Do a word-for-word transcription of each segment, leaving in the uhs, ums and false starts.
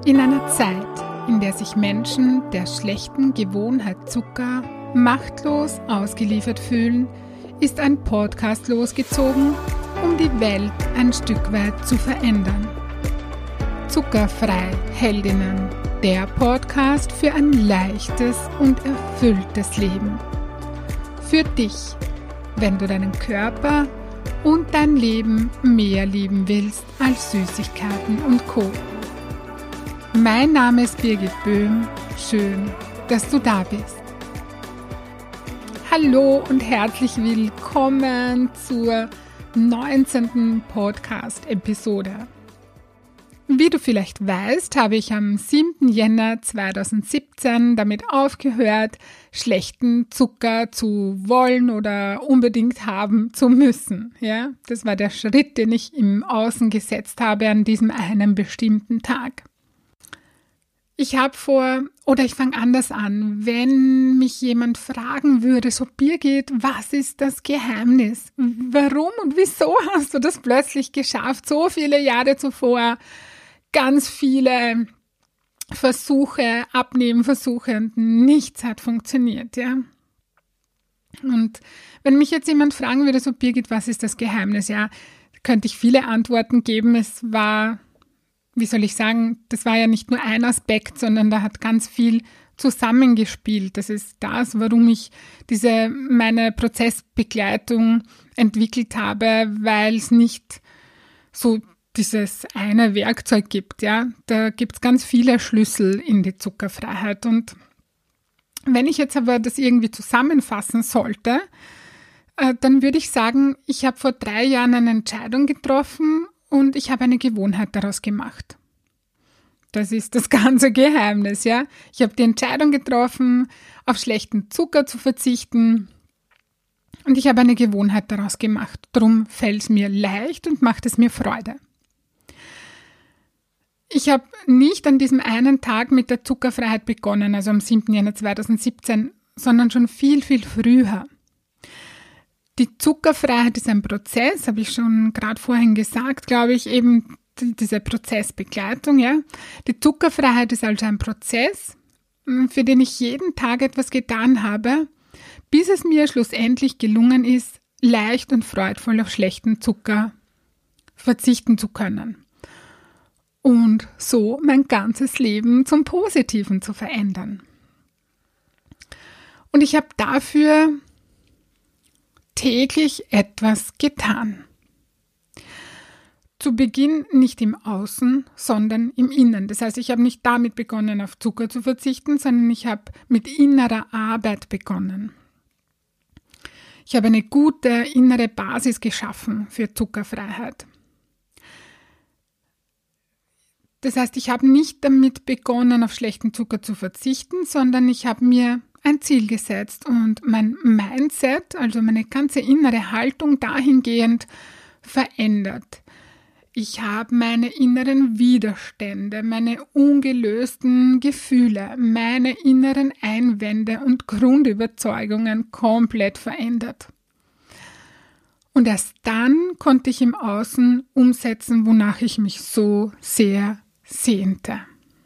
In einer Zeit, in der sich Menschen der schlechten Gewohnheit Zucker machtlos ausgeliefert fühlen, ist ein Podcast losgezogen, um die Welt ein Stück weit zu verändern. Zuckerfrei Heldinnen, der Podcast für ein leichtes und erfülltes Leben. Für dich, wenn du deinen Körper und dein Leben mehr lieben willst als Süßigkeiten und Co. Mein Name ist Birgit Böhm. Schön, dass du da bist. Hallo und herzlich willkommen zur neunzehnten Podcast-Episode. Wie du vielleicht weißt, habe ich am siebten Jänner zweitausendsiebzehn damit aufgehört, schlechten Zucker zu wollen oder unbedingt haben zu müssen. Ja, das war der Schritt, den ich im Außen gesetzt habe an diesem einen bestimmten Tag. Ich habe vor, oder ich fange anders an, wenn mich jemand fragen würde, so Birgit, was ist das Geheimnis? Warum und wieso hast du das plötzlich geschafft, so viele Jahre zuvor? Ganz viele Versuche, Abnehmversuche und nichts hat funktioniert, ja. Und wenn mich jetzt jemand fragen würde, so Birgit, was ist das Geheimnis? Ja, könnte ich viele Antworten geben. Es war, wie soll ich sagen, das war ja nicht nur ein Aspekt, sondern da hat ganz viel zusammengespielt. Das ist das, warum ich diese, meine Prozessbegleitung entwickelt habe, weil es nicht so dieses eine Werkzeug gibt, ja, da gibt es ganz viele Schlüssel in die Zuckerfreiheit. Und wenn ich jetzt aber das irgendwie zusammenfassen sollte, äh, dann würde ich sagen, ich habe vor drei Jahren eine Entscheidung getroffen und ich habe eine Gewohnheit daraus gemacht. Das ist das ganze Geheimnis, ja. Ich habe die Entscheidung getroffen, auf schlechten Zucker zu verzichten und ich habe eine Gewohnheit daraus gemacht. Darum fällt es mir leicht und macht es mir Freude. Ich habe nicht an diesem einen Tag mit der Zuckerfreiheit begonnen, also am siebten Jänner zweitausendsiebzehn, sondern schon viel, viel früher. Die Zuckerfreiheit ist ein Prozess, habe ich schon gerade vorhin gesagt, glaube ich, eben diese Prozessbegleitung. Ja. Die Zuckerfreiheit ist also ein Prozess, für den ich jeden Tag etwas getan habe, bis es mir schlussendlich gelungen ist, leicht und freudvoll auf schlechten Zucker verzichten zu können. Und so mein ganzes Leben zum Positiven zu verändern. Und ich habe dafür täglich etwas getan. Zu Beginn nicht im Außen, sondern im Innen. Das heißt, ich habe nicht damit begonnen, auf Zucker zu verzichten, sondern ich habe mit innerer Arbeit begonnen. Ich habe eine gute innere Basis geschaffen für Zuckerfreiheit. Das heißt, ich habe nicht damit begonnen, auf schlechten Zucker zu verzichten, sondern ich habe mir ein Ziel gesetzt und mein Mindset, also meine ganze innere Haltung dahingehend verändert. Ich habe meine inneren Widerstände, meine ungelösten Gefühle, meine inneren Einwände und Grundüberzeugungen komplett verändert. Und erst dann konnte ich im Außen umsetzen, wonach ich mich so sehr sehnte.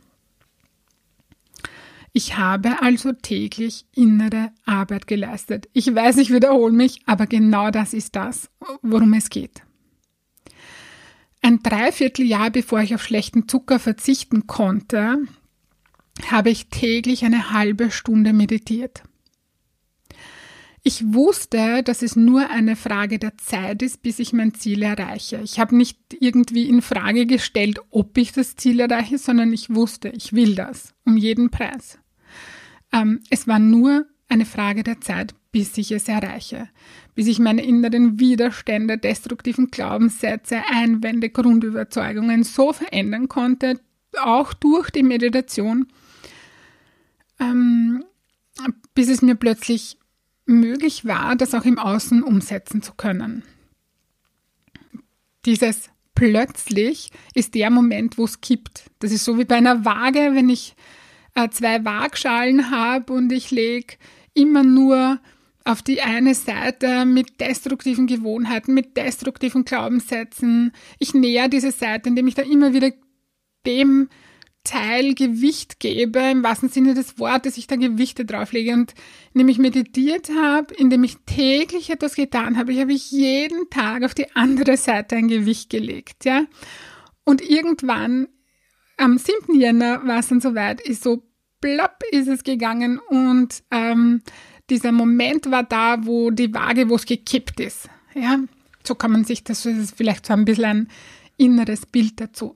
Ich habe also täglich innere Arbeit geleistet. Ich weiß, ich wiederhole mich, aber genau das ist das, worum es geht. Ein Dreivierteljahr bevor ich auf schlechten Zucker verzichten konnte, habe ich täglich eine halbe Stunde meditiert. Ich wusste, dass es nur eine Frage der Zeit ist, bis ich mein Ziel erreiche. Ich habe nicht irgendwie in Frage gestellt, ob ich das Ziel erreiche, sondern ich wusste, ich will das, um jeden Preis. Ähm, es war nur eine Frage der Zeit, bis ich es erreiche, bis ich meine inneren Widerstände, destruktiven Glaubenssätze, Einwände, Grundüberzeugungen so verändern konnte, auch durch die Meditation, ähm, bis es mir plötzlich möglich war, das auch im Außen umsetzen zu können. Dieses plötzlich ist der Moment, wo es kippt. Das ist so wie bei einer Waage, wenn ich äh, zwei Waagschalen habe und ich lege immer nur auf die eine Seite mit destruktiven Gewohnheiten, mit destruktiven Glaubenssätzen. Ich nähere diese Seite, indem ich da immer wieder dem Teil Gewicht gebe, im wahrsten Sinne des Wortes, ich da Gewichte drauflege. Und indem ich meditiert habe, indem ich täglich etwas getan habe, ich habe ich jeden Tag auf die andere Seite ein Gewicht gelegt. Ja? Und irgendwann, am siebten Jänner war es dann soweit, ist so plopp ist es gegangen und ähm, dieser Moment war da, wo die Waage, wo es gekippt ist. Ja? So kann man sich das, das ist vielleicht so ein bisschen ein inneres Bild dazu.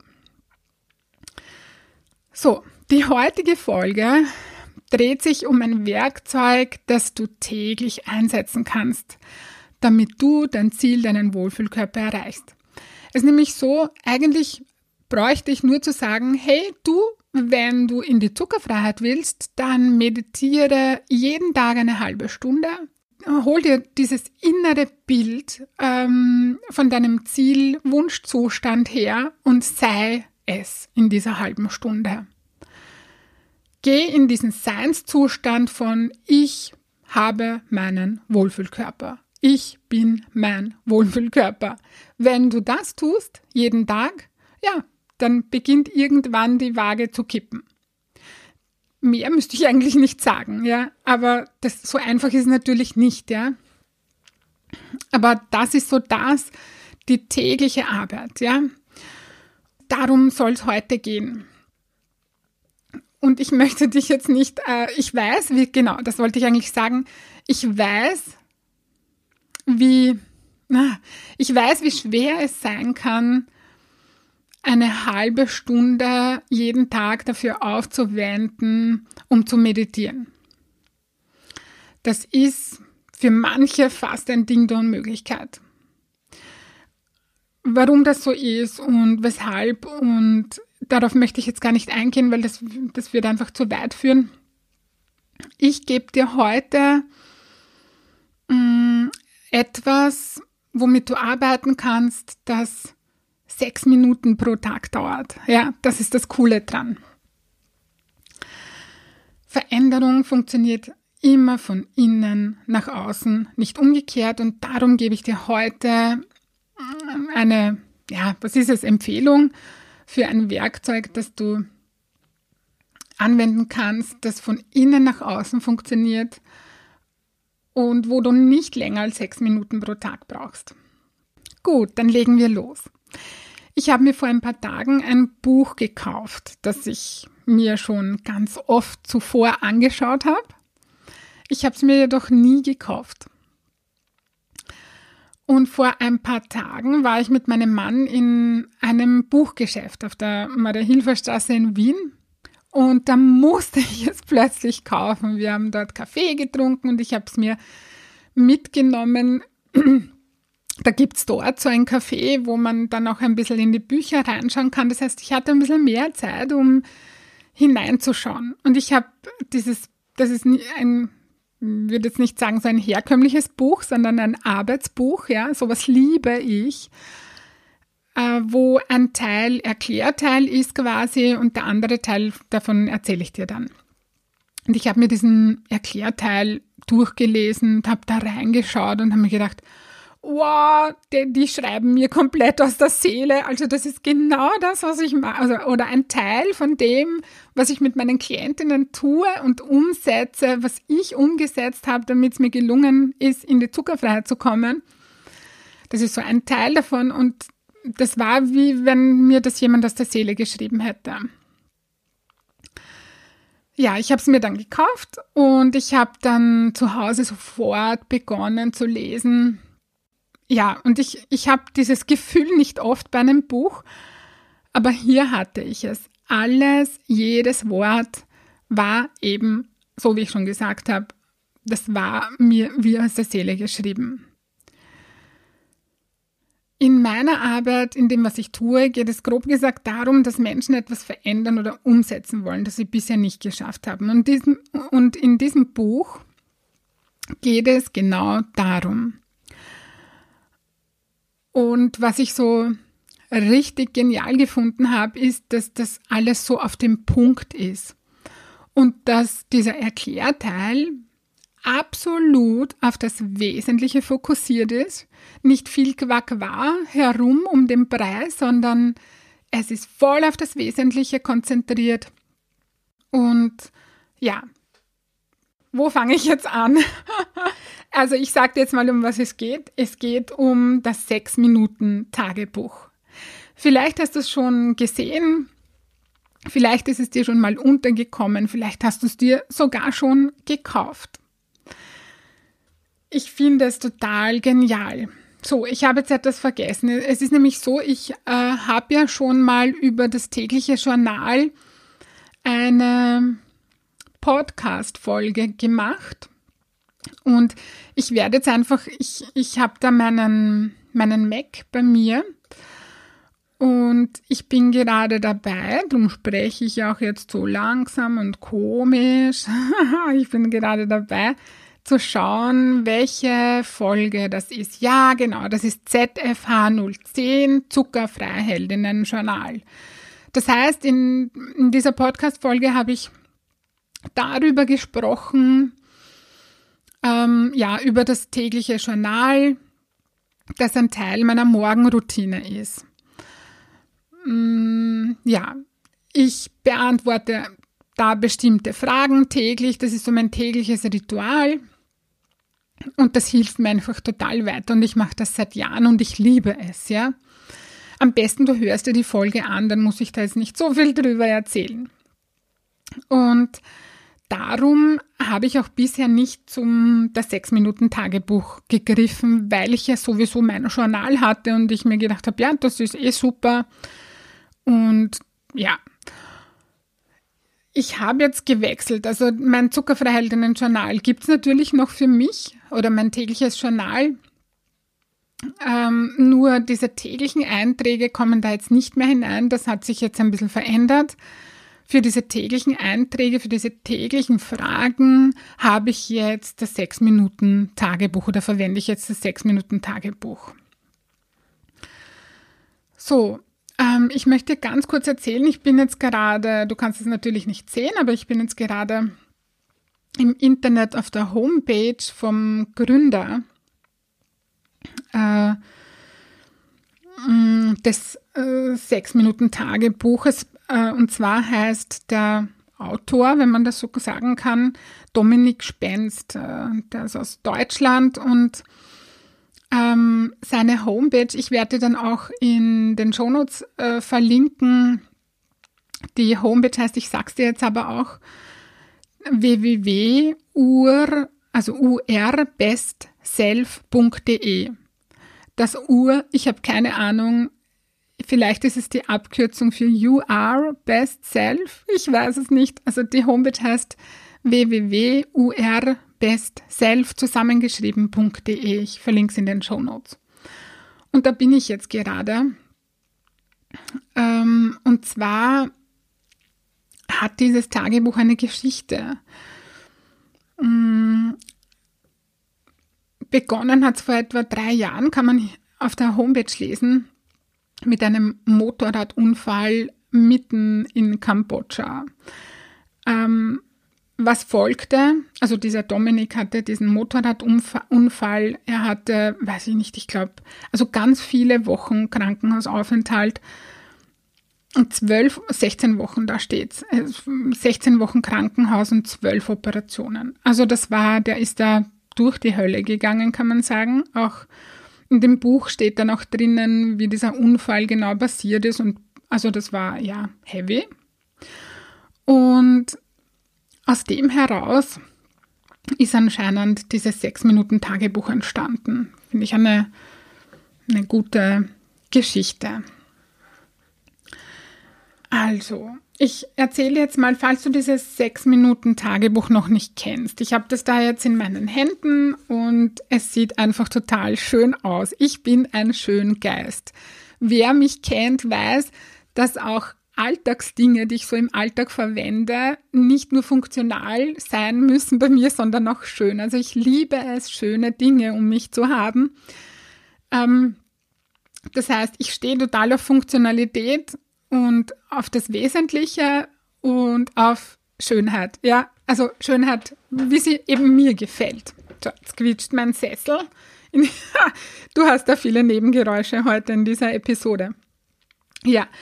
So, die heutige Folge dreht sich um ein Werkzeug, das du täglich einsetzen kannst, damit du dein Ziel, deinen Wohlfühlkörper erreichst. Es ist nämlich so, eigentlich bräuchte ich nur zu sagen, hey du, wenn du in die Zuckerfreiheit willst, dann meditiere jeden Tag eine halbe Stunde. Hol dir dieses innere Bild ähm, von deinem Ziel, Wunschzustand her und sei es in dieser halben Stunde. Geh in diesen Seinszustand von ich habe meinen Wohlfühlkörper. Ich bin mein Wohlfühlkörper. Wenn du das tust, jeden Tag, ja, dann beginnt irgendwann die Waage zu kippen. Mehr müsste ich eigentlich nicht sagen, ja, aber das, so einfach ist es natürlich nicht, ja. Aber das ist so das, die tägliche Arbeit, ja. Darum soll es heute gehen. Und ich möchte dich jetzt nicht, äh, ich weiß, wie, genau, das wollte ich eigentlich sagen, ich weiß, wie, na, ich weiß, wie schwer es sein kann, eine halbe Stunde jeden Tag dafür aufzuwenden, um zu meditieren. Das ist für manche fast ein Ding der Unmöglichkeit. Warum das so ist und weshalb und darauf möchte ich jetzt gar nicht eingehen, weil das, das wird einfach zu weit führen. Ich gebe dir heute mh, etwas, womit du arbeiten kannst, das sechs Minuten pro Tag dauert. Ja, das ist das Coole dran. Veränderung funktioniert immer von innen nach außen, nicht umgekehrt. Und darum gebe ich dir heute eine, ja, was ist es, Empfehlung für ein Werkzeug, das du anwenden kannst, das von innen nach außen funktioniert und wo du nicht länger als sechs Minuten pro Tag brauchst. Gut, dann legen wir los. Ich habe mir vor ein paar Tagen ein Buch gekauft, das ich mir schon ganz oft zuvor angeschaut habe. Ich habe es mir jedoch nie gekauft. Und vor ein paar Tagen war ich mit meinem Mann in einem Buchgeschäft auf der Maria-Hilfer-Straße in Wien und da musste ich es plötzlich kaufen. Wir haben dort Kaffee getrunken und ich habe es mir mitgenommen. Da gibt es dort so ein Café, wo man dann auch ein bisschen in die Bücher reinschauen kann. Das heißt, ich hatte ein bisschen mehr Zeit, um hineinzuschauen. Und ich habe dieses, das ist ein, ich würde jetzt nicht sagen so ein herkömmliches Buch, sondern ein Arbeitsbuch, ja, sowas liebe ich, äh, wo ein Teil Erklärteil ist quasi und der andere Teil, davon erzähle ich dir dann. Und ich habe mir diesen Erklärteil durchgelesen, habe da reingeschaut und habe mir gedacht, wow, die, die schreiben mir komplett aus der Seele. Also das ist genau das, was ich mache. Also, oder ein Teil von dem, was ich mit meinen Klientinnen tue und umsetze, was ich umgesetzt habe, damit es mir gelungen ist, in die Zuckerfreiheit zu kommen. Das ist so ein Teil davon und das war, wie wenn mir das jemand aus der Seele geschrieben hätte. Ja, ich habe es mir dann gekauft und ich habe dann zu Hause sofort begonnen zu lesen. Ja, und ich, ich habe dieses Gefühl nicht oft bei einem Buch, aber hier hatte ich es. Alles, jedes Wort war eben, so wie ich schon gesagt habe, das war mir wie aus der Seele geschrieben. In meiner Arbeit, in dem, was ich tue, geht es grob gesagt darum, dass Menschen etwas verändern oder umsetzen wollen, das sie bisher nicht geschafft haben. Und, diesem, und in diesem Buch geht es genau darum. Und was ich so richtig genial gefunden habe, ist, dass das alles so auf dem Punkt ist. Und dass dieser Erklärteil absolut auf das Wesentliche fokussiert ist. Nicht viel Quack war herum um den Brei, sondern Es ist voll auf das Wesentliche konzentriert. Und ja, wo fange ich jetzt an? Also ich sage dir jetzt mal, um was es geht. Es geht um das sechs Minuten Tagebuch. Vielleicht hast du es schon gesehen, vielleicht ist es dir schon mal untergekommen, vielleicht hast du es dir sogar schon gekauft. Ich finde es total genial. So, ich habe jetzt etwas vergessen. Es ist nämlich so, ich äh, habe ja schon mal über das tägliche Journal eine Podcast-Folge gemacht. Und ich werde jetzt einfach, ich, ich habe da meinen, meinen Mac bei mir und ich bin gerade dabei, darum spreche ich auch jetzt so langsam und komisch. Ich bin gerade dabei, zu schauen, welche Folge das ist. Ja, genau, das ist Z F H null zehn, Zuckerfreiheldinnen-Journal. Das heißt, in, in dieser Podcast-Folge habe ich darüber gesprochen, ähm, ja, über das tägliche Journal, das ein Teil meiner Morgenroutine ist. Mm, ja, ich beantworte da bestimmte Fragen täglich. Das ist so mein tägliches Ritual. Und das hilft mir einfach total weiter. Und ich mache das seit Jahren und ich liebe es, ja. Am besten, du hörst dir die Folge an, dann muss ich da jetzt nicht so viel drüber erzählen. Und darum habe ich auch bisher nicht zum das sechs Minuten Tagebuch gegriffen, weil ich ja sowieso mein Journal hatte und ich mir gedacht habe, ja, das ist eh super. Und ja, ich habe jetzt gewechselt. Also mein Zuckerfreiheldinnen-Journal gibt es natürlich noch für mich oder mein tägliches Journal. Ähm, nur diese täglichen Einträge kommen da jetzt nicht mehr hinein. Das hat sich jetzt ein bisschen verändert. Für diese täglichen Einträge, für diese täglichen Fragen habe ich jetzt das sechs Minuten Tagebuch oder verwende ich jetzt das sechs Minuten Tagebuch. So, ähm, ich möchte ganz kurz erzählen, ich bin jetzt gerade, du kannst es natürlich nicht sehen, aber ich bin jetzt gerade im Internet auf der Homepage vom Gründer äh, des äh, sechs Minuten Tagebuches. Und zwar heißt der Autor, wenn man das so sagen kann, Dominik Spenst, der ist aus Deutschland und ähm, seine Homepage, ich werde dann auch in den Shownotes äh, verlinken. Die Homepage heißt, ich sag's dir jetzt aber auch, w w w punkt ur, also urbestself punkt de. Das Ur, ich habe keine Ahnung, vielleicht ist es die Abkürzung für You Are Best Self. Ich weiß es nicht. Also die Homepage heißt w w w punkt urbestself zusammengeschrieben punkt de. Ich verlinke es in den Shownotes. Und da bin ich jetzt gerade. Ähm, und zwar hat dieses Tagebuch eine Geschichte. Ähm, begonnen hat es vor etwa drei Jahren, kann man auf der Homepage lesen, mit einem Motorradunfall mitten in Kambodscha. Ähm, was folgte, also dieser Dominik hatte diesen Motorradunfall, er hatte, weiß ich nicht, ich glaube, also ganz viele Wochen Krankenhausaufenthalt und zwölf, sechzehn Wochen, da steht's, sechzehn Wochen Krankenhaus und zwölf Operationen. Also das war, der ist da durch die Hölle gegangen, kann man sagen, auch in dem Buch steht dann auch drinnen, wie dieser Unfall genau passiert ist und also das war ja heavy. Und aus dem heraus ist anscheinend dieses sechs Minuten Tagebuch entstanden. Finde ich eine, eine gute Geschichte. Also, ich erzähle jetzt mal, falls du dieses sechs Minuten Tagebuch noch nicht kennst. Ich habe das da jetzt in meinen Händen und es sieht einfach total schön aus. Ich bin ein Schöngeist. Wer mich kennt, weiß, dass auch Alltagsdinge, die ich so im Alltag verwende, nicht nur funktional sein müssen bei mir, sondern auch schön. Also ich liebe es, schöne Dinge um mich zu haben. Ähm, das heißt, ich stehe total auf Funktionalität und auf das Wesentliche und auf Schönheit. Ja, also Schönheit, wie sie eben mir gefällt. So, jetzt quietscht mein Sessel. Du hast da viele Nebengeräusche heute in dieser Episode. Ja,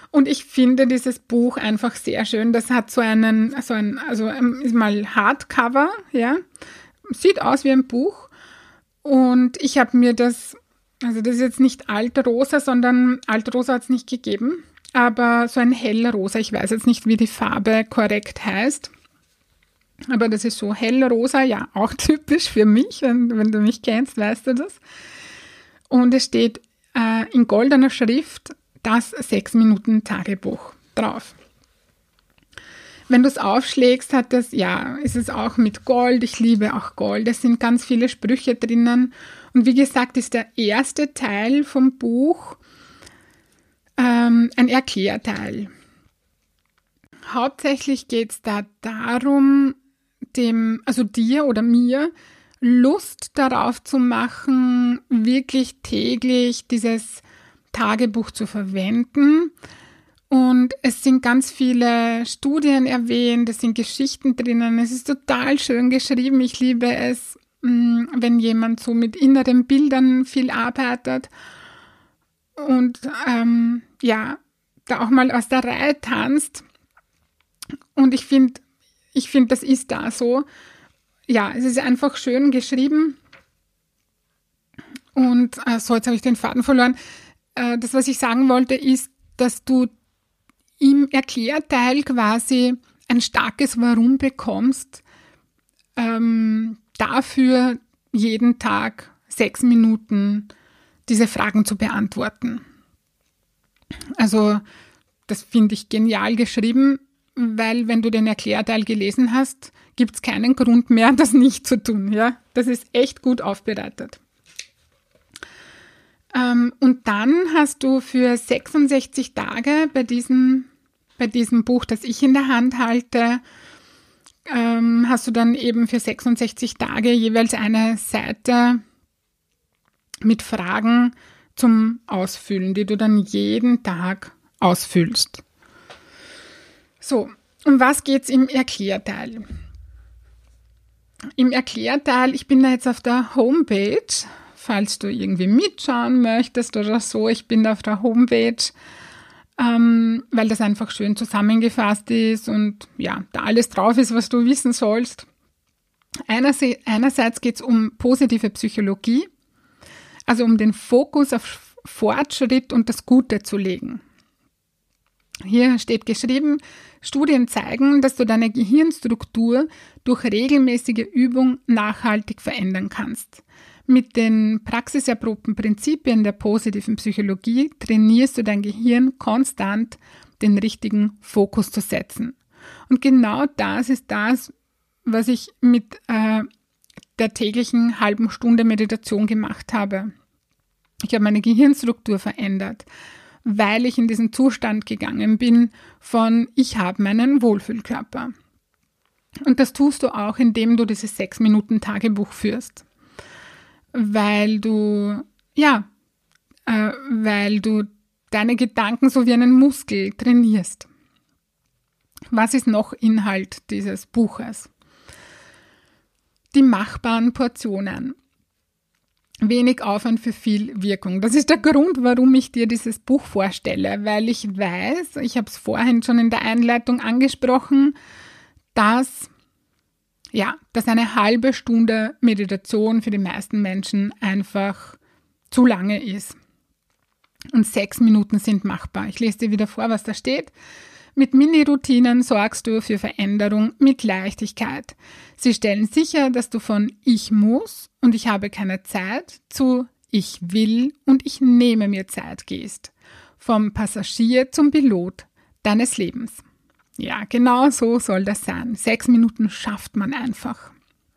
Und ich finde dieses Buch einfach sehr schön. Das hat so einen, so ein, also ist mal Hardcover, ja. Sieht aus wie ein Buch. Und ich habe mir das, also das ist jetzt nicht altrosa, sondern altrosa hat es nicht gegeben, aber so ein hellrosa. Ich weiß jetzt nicht, wie die Farbe korrekt heißt. Aber das ist so hellrosa, ja, auch typisch für mich. Wenn, wenn du mich kennst, weißt du das. Und es steht äh, in goldener Schrift das sechs-Minuten-Tagebuch drauf. Wenn du es aufschlägst, hat das, ja, ist es auch mit Gold. Ich liebe auch Gold. Es sind ganz viele Sprüche drinnen. Und wie gesagt, ist der erste Teil vom Buch ähm, ein Erklärteil. Hauptsächlich geht es da darum, dem, also dir oder mir, Lust darauf zu machen, wirklich täglich dieses Tagebuch zu verwenden. Und es sind ganz viele Studien erwähnt, es sind Geschichten drinnen, es ist total schön geschrieben. Ich liebe es, wenn jemand so mit inneren Bildern viel arbeitet und ähm, ja, da auch mal aus der Reihe tanzt. Und ich finde, ich finde, das ist da so. Ja, es ist einfach schön geschrieben. Und äh, so, jetzt habe ich den Faden verloren. Äh, das, was ich sagen wollte, ist, dass du im Erklärteil quasi ein starkes Warum bekommst, ähm, dafür jeden Tag sechs Minuten diese Fragen zu beantworten. Also das finde ich genial geschrieben, weil wenn du den Erklärteil gelesen hast, gibt es keinen Grund mehr, das nicht zu tun. Ja? Das ist echt gut aufbereitet. Ähm, und dann hast du für sechsundsechzig Tage bei diesem, bei diesem Buch, das ich in der Hand halte, ähm, hast du dann eben für sechsundsechzig Tage jeweils eine Seite mit Fragen zum Ausfüllen, die du dann jeden Tag ausfüllst. So, um was geht es im Erklärteil? Im Erklärteil, ich bin da jetzt auf der Homepage, falls du irgendwie mitschauen möchtest oder so, ich bin da auf der Homepage, ähm, weil das einfach schön zusammengefasst ist und ja, da alles drauf ist, was du wissen sollst. Einerseits, einerseits geht es um positive Psychologie, also um den Fokus auf Fortschritt und das Gute zu legen. Hier steht geschrieben, Studien zeigen, dass du deine Gehirnstruktur durch regelmäßige Übung nachhaltig verändern kannst. Mit den praxiserprobten Prinzipien der positiven Psychologie trainierst du dein Gehirn konstant, den richtigen Fokus zu setzen. Und genau das ist das, was ich mit äh, der täglichen halben Stunde Meditation gemacht habe. Ich habe meine Gehirnstruktur verändert, weil ich in diesen Zustand gegangen bin von, ich habe meinen Wohlfühlkörper. Und das tust du auch, indem du dieses sechs Minuten Tagebuch führst. Weil du, ja, äh, weil du deine Gedanken so wie einen Muskel trainierst. Was ist noch Inhalt dieses Buches? Die machbaren Portionen. Wenig Aufwand für viel Wirkung. Das ist der Grund, warum ich dir dieses Buch vorstelle, weil ich weiß, ich habe es vorhin schon in der Einleitung angesprochen, dass, ja, dass eine halbe Stunde Meditation für die meisten Menschen einfach zu lange ist. Und sechs Minuten sind machbar. Ich lese dir wieder vor, was da steht. Mit Mini-Routinen sorgst du für Veränderung mit Leichtigkeit. Sie stellen sicher, dass du von ich muss und ich habe keine Zeit zu ich will und ich nehme mir Zeit gehst. Vom Passagier zum Pilot deines Lebens. Ja, genau so soll das sein. Sechs Minuten schafft man einfach.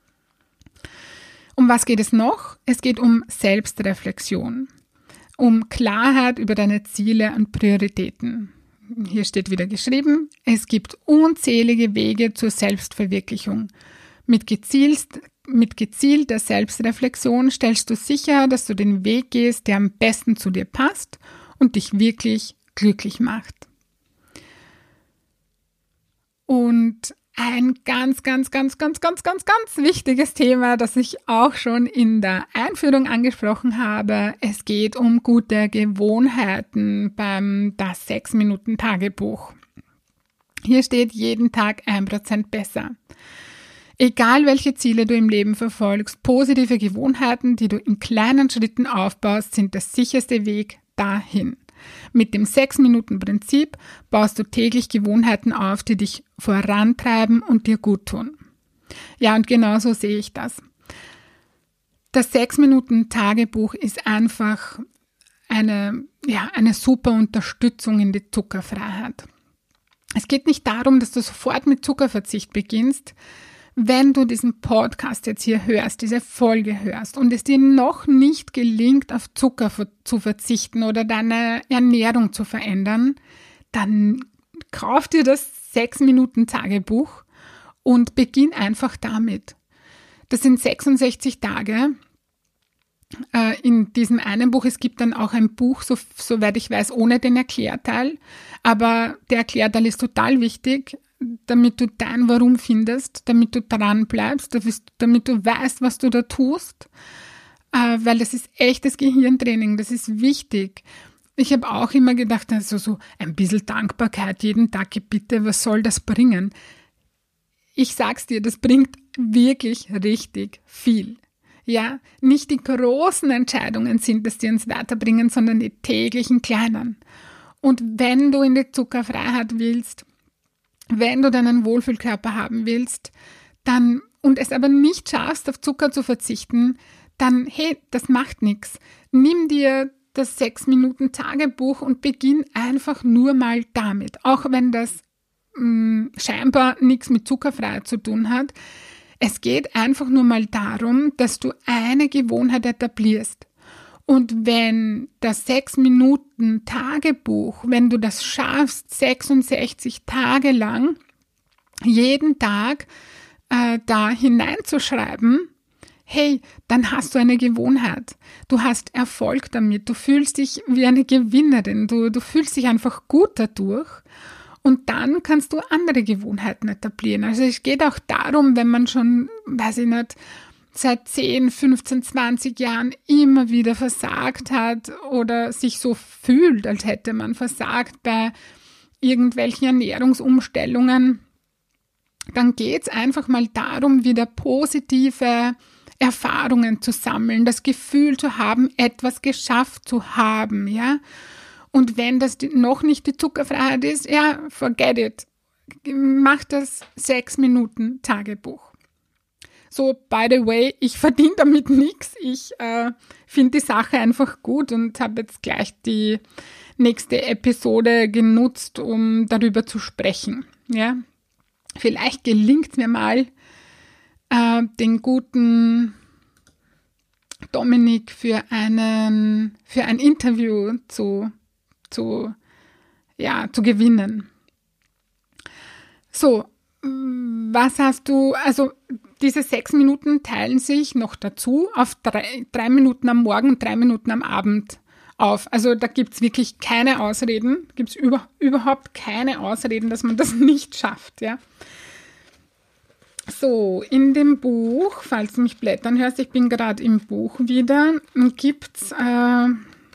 Um was geht es noch? Es geht um Selbstreflexion, um Klarheit über deine Ziele und Prioritäten. Hier steht wieder geschrieben, es gibt unzählige Wege zur Selbstverwirklichung. Mit, gezielt, mit gezielter Selbstreflexion stellst du sicher, dass du den Weg gehst, der am besten zu dir passt und dich wirklich glücklich macht. Und ein ganz, ganz, ganz, ganz, ganz, ganz, ganz wichtiges Thema, das ich auch schon in der Einführung angesprochen habe. Es geht um gute Gewohnheiten beim Das sechs Minuten Tagebuch. Hier steht jeden Tag ein Prozent besser. Egal welche Ziele du im Leben verfolgst, positive Gewohnheiten, die du in kleinen Schritten aufbaust, sind der sicherste Weg dahin. Mit dem sechs Minuten Prinzip baust du täglich Gewohnheiten auf, die dich vorantreiben und dir gut tun. Ja, und genau so sehe ich das. Das sechs Minuten Tagebuch ist einfach eine, ja, eine super Unterstützung in die Zuckerfreiheit. Es geht nicht darum, dass du sofort mit Zuckerverzicht beginnst. Wenn du diesen Podcast jetzt hier hörst, diese Folge hörst und es dir noch nicht gelingt, auf Zucker zu verzichten oder deine Ernährung zu verändern, dann kauf dir das sechs Minuten Tagebuch und beginn einfach damit. Das sind sechsundsechzig Tage äh, in diesem einen Buch. Es gibt dann auch ein Buch, so, soweit ich weiß, ohne den Erklärteil. Aber der Erklärteil ist total wichtig, damit du dein Warum findest, damit du dran bleibst, damit du weißt, was du da tust, äh, weil das ist echtes Gehirntraining, das ist wichtig. Ich habe auch immer gedacht, also so ein bisschen Dankbarkeit jeden Tag, bitte, was soll das bringen? Ich sag's dir, das bringt wirklich richtig viel. Ja, nicht die großen Entscheidungen sind es, die uns weiterbringen, sondern die täglichen kleinen. Und wenn du in die Zuckerfreiheit willst, wenn du deinen Wohlfühlkörper haben willst, dann und es aber nicht schaffst, auf Zucker zu verzichten, dann, hey, das macht nichts. Nimm dir das sechs Minuten Tagebuch und beginn einfach nur mal damit. Auch wenn das mh, scheinbar nichts mit Zuckerfreiheit zu tun hat. Es geht einfach nur mal darum, dass du eine Gewohnheit etablierst. Und wenn das sechs Minuten Tagebuch, wenn du das schaffst, sechsundsechzig Tage lang, jeden Tag äh, da hineinzuschreiben, hey, dann hast du eine Gewohnheit. Du hast Erfolg damit. Du fühlst dich wie eine Gewinnerin. Du, du fühlst dich einfach gut dadurch. Und dann kannst du andere Gewohnheiten etablieren. Also es geht auch darum, wenn man schon, weiß ich nicht, seit zehn, fünfzehn, zwanzig Jahren immer wieder versagt hat oder sich so fühlt, als hätte man versagt bei irgendwelchen Ernährungsumstellungen, dann geht es einfach mal darum, wieder positive Erfahrungen zu sammeln, das Gefühl zu haben, etwas geschafft zu haben, ja. Und wenn das noch nicht die Zuckerfreiheit ist, ja, forget it. Mach das sechs Minuten Tagebuch. So, by the way, ich verdiene damit nichts. Ich äh, finde die Sache einfach gut und habe jetzt gleich die nächste Episode genutzt, um darüber zu sprechen. Ja? Vielleicht gelingt es mir mal, äh, den guten Dominik für, einen, für ein Interview zu, zu, ja, zu gewinnen. So, was hast du, also diese sechs Minuten teilen sich noch dazu auf drei, drei Minuten am Morgen und drei Minuten am Abend auf. Also da gibt es wirklich keine Ausreden, gibt es über, überhaupt keine Ausreden, dass man das nicht schafft. Ja. So, in dem Buch, falls du mich blättern hörst, ich bin gerade im Buch wieder, gibt es äh,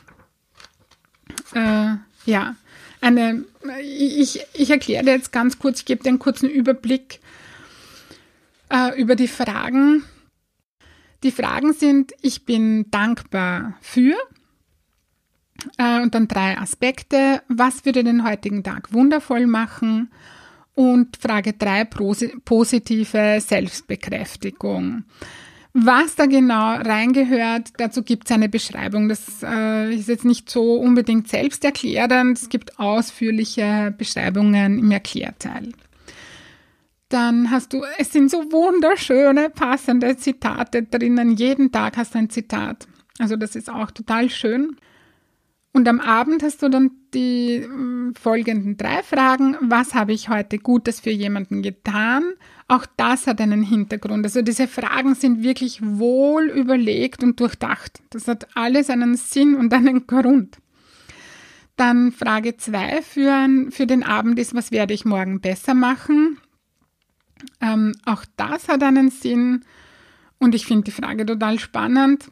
äh, ja, eine, ich, ich erkläre dir jetzt ganz kurz, ich gebe dir einen kurzen Überblick äh, über die Fragen. Die Fragen sind, ich bin dankbar für äh, und dann drei Aspekte. Was würde den heutigen Tag wundervoll machen? Und Frage drei, positive Selbstbekräftigung. Was da genau reingehört, dazu gibt es eine Beschreibung. Das äh, ist jetzt nicht so unbedingt selbsterklärend. Es gibt ausführliche Beschreibungen im Erklärteil. Dann hast du, es sind so wunderschöne, passende Zitate drinnen. Jeden Tag hast du ein Zitat. Also das ist auch total schön. Und am Abend hast du dann die äh, folgenden drei Fragen. Was habe ich heute Gutes für jemanden getan? Auch das hat einen Hintergrund. Also diese Fragen sind wirklich wohl überlegt und durchdacht. Das hat alles einen Sinn und einen Grund. Dann Frage zwei für, für den Abend ist, was werde ich morgen besser machen? Ähm, auch das hat einen Sinn und ich finde die Frage total spannend.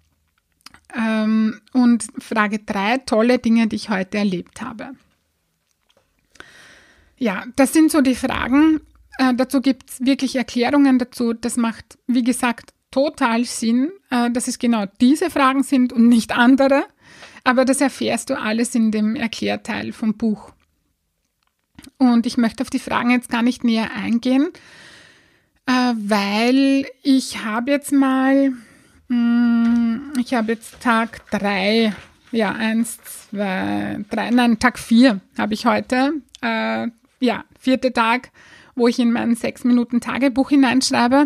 Ähm, und Frage drei, tolle Dinge, die ich heute erlebt habe. Ja, das sind so die Fragen. Äh, dazu gibt es wirklich Erklärungen dazu. Das macht, wie gesagt, total Sinn, äh, dass es genau diese Fragen sind und nicht andere. Aber das erfährst du alles in dem Erklärteil vom Buch. Und ich möchte auf die Fragen jetzt gar nicht näher eingehen, äh, weil ich habe jetzt mal, mh, ich habe jetzt Tag drei, ja, eins, zwei, drei, nein, Tag vier habe ich heute, äh, ja, vierte Tag, wo ich in mein sechs Minuten Tagebuch hineinschreibe.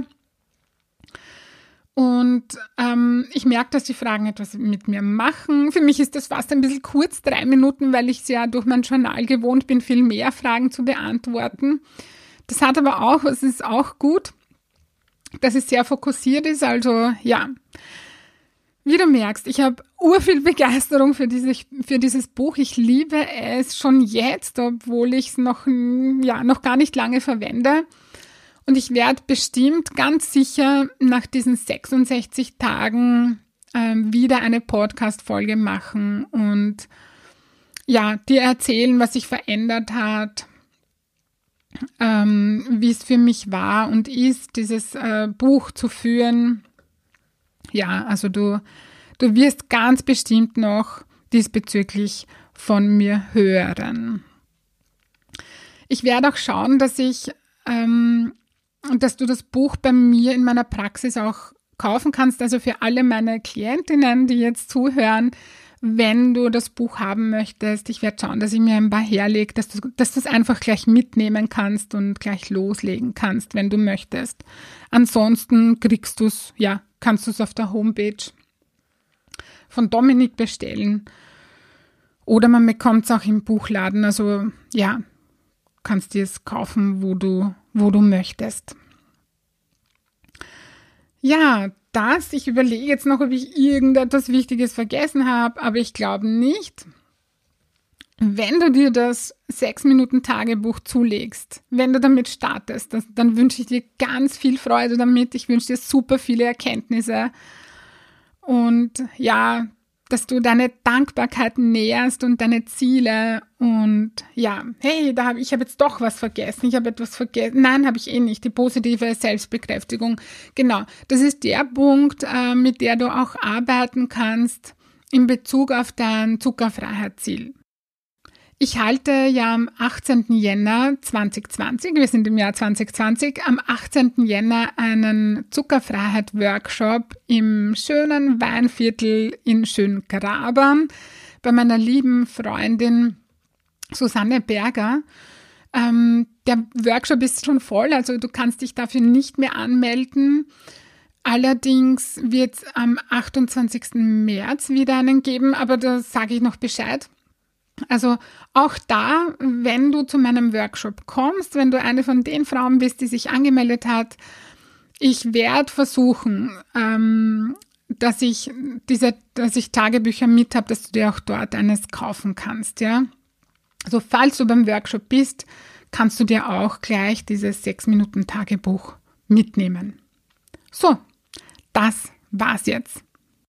Und ähm, ich merke, dass die Fragen etwas mit mir machen. Für mich ist das fast ein bisschen kurz, drei Minuten, weil ich es ja durch mein Journal gewohnt bin, viel mehr Fragen zu beantworten. Das hat aber auch, es ist auch gut, dass es sehr fokussiert ist. Also ja, wie du merkst, ich habe urviel Begeisterung für, diese, für dieses Buch. Ich liebe es schon jetzt, obwohl ich es noch, ja, noch gar nicht lange verwende. Und ich werde bestimmt ganz sicher nach diesen sechsundsechzig Tagen ähm, wieder eine Podcast-Folge machen und ja, dir erzählen, was sich verändert hat, ähm, wie es für mich war und ist, dieses äh, Buch zu führen. Ja, also du, du wirst ganz bestimmt noch diesbezüglich von mir hören. Ich werde auch schauen, dass ich ähm, dass du das Buch bei mir in meiner Praxis auch kaufen kannst, also für alle meine Klientinnen, die jetzt zuhören, wenn du das Buch haben möchtest. Ich werde schauen, dass ich mir ein paar herlege, dass du, dass du es einfach gleich mitnehmen kannst und gleich loslegen kannst, wenn du möchtest. Ansonsten kriegst du es, ja, kannst du es auf der Homepage von Dominik bestellen oder man bekommt es auch im Buchladen, also ja, kannst dir es kaufen, wo du, wo du möchtest. Ja, das, ich überlege jetzt noch, ob ich irgendetwas Wichtiges vergessen habe, aber ich glaube nicht. Wenn du dir das sechs Minuten Tagebuch zulegst, wenn du damit startest, das, dann wünsche ich dir ganz viel Freude damit. Ich wünsche dir super viele Erkenntnisse und ja, dass du deine Dankbarkeit näherst und deine Ziele und ja, hey, da habe ich habe jetzt doch was vergessen, ich habe etwas vergessen, nein, habe ich eh nicht, die positive Selbstbekräftigung, genau, das ist der Punkt, äh, mit der du auch arbeiten kannst in Bezug auf dein Zuckerfreiheitsziel. Ich halte ja am achtzehnten Jänner zweitausendzwanzig, wir sind im Jahr zweitausendzwanzig, am achtzehnten Jänner einen Zuckerfreiheit-Workshop im schönen Weinviertel in Schöngrabern bei meiner lieben Freundin Susanne Berger. Ähm, der Workshop ist schon voll, also du kannst dich dafür nicht mehr anmelden. Allerdings wird es am achtundzwanzigsten März wieder einen geben, aber da sage ich noch Bescheid. Also auch da, wenn du zu meinem Workshop kommst, wenn du eine von den Frauen bist, die sich angemeldet hat, ich werde versuchen, ähm, dass ich diese, dass ich Tagebücher mit habe, dass du dir auch dort eines kaufen kannst, ja. Also falls du beim Workshop bist, kannst du dir auch gleich dieses sechs Minuten Tagebuch mitnehmen. So, das war's jetzt.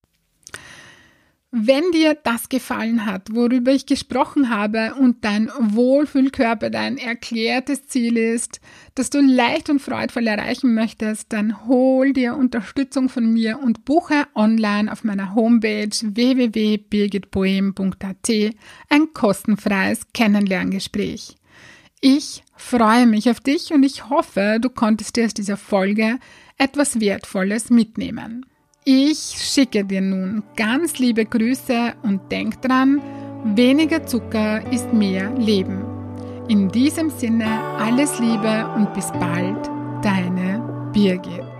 Wenn dir das gefallen hat, worüber ich gesprochen habe und dein Wohlfühlkörper dein erklärtes Ziel ist, das du leicht und freudvoll erreichen möchtest, dann hol dir Unterstützung von mir und buche online auf meiner Homepage w w w punkt birgit boehm punkt a t ein kostenfreies Kennenlerngespräch. Ich freue mich auf dich und ich hoffe, du konntest dir aus dieser Folge etwas Wertvolles mitnehmen. Ich schicke dir nun ganz liebe Grüße und denk dran, weniger Zucker ist mehr Leben. In diesem Sinne alles Liebe und bis bald, deine Birgit.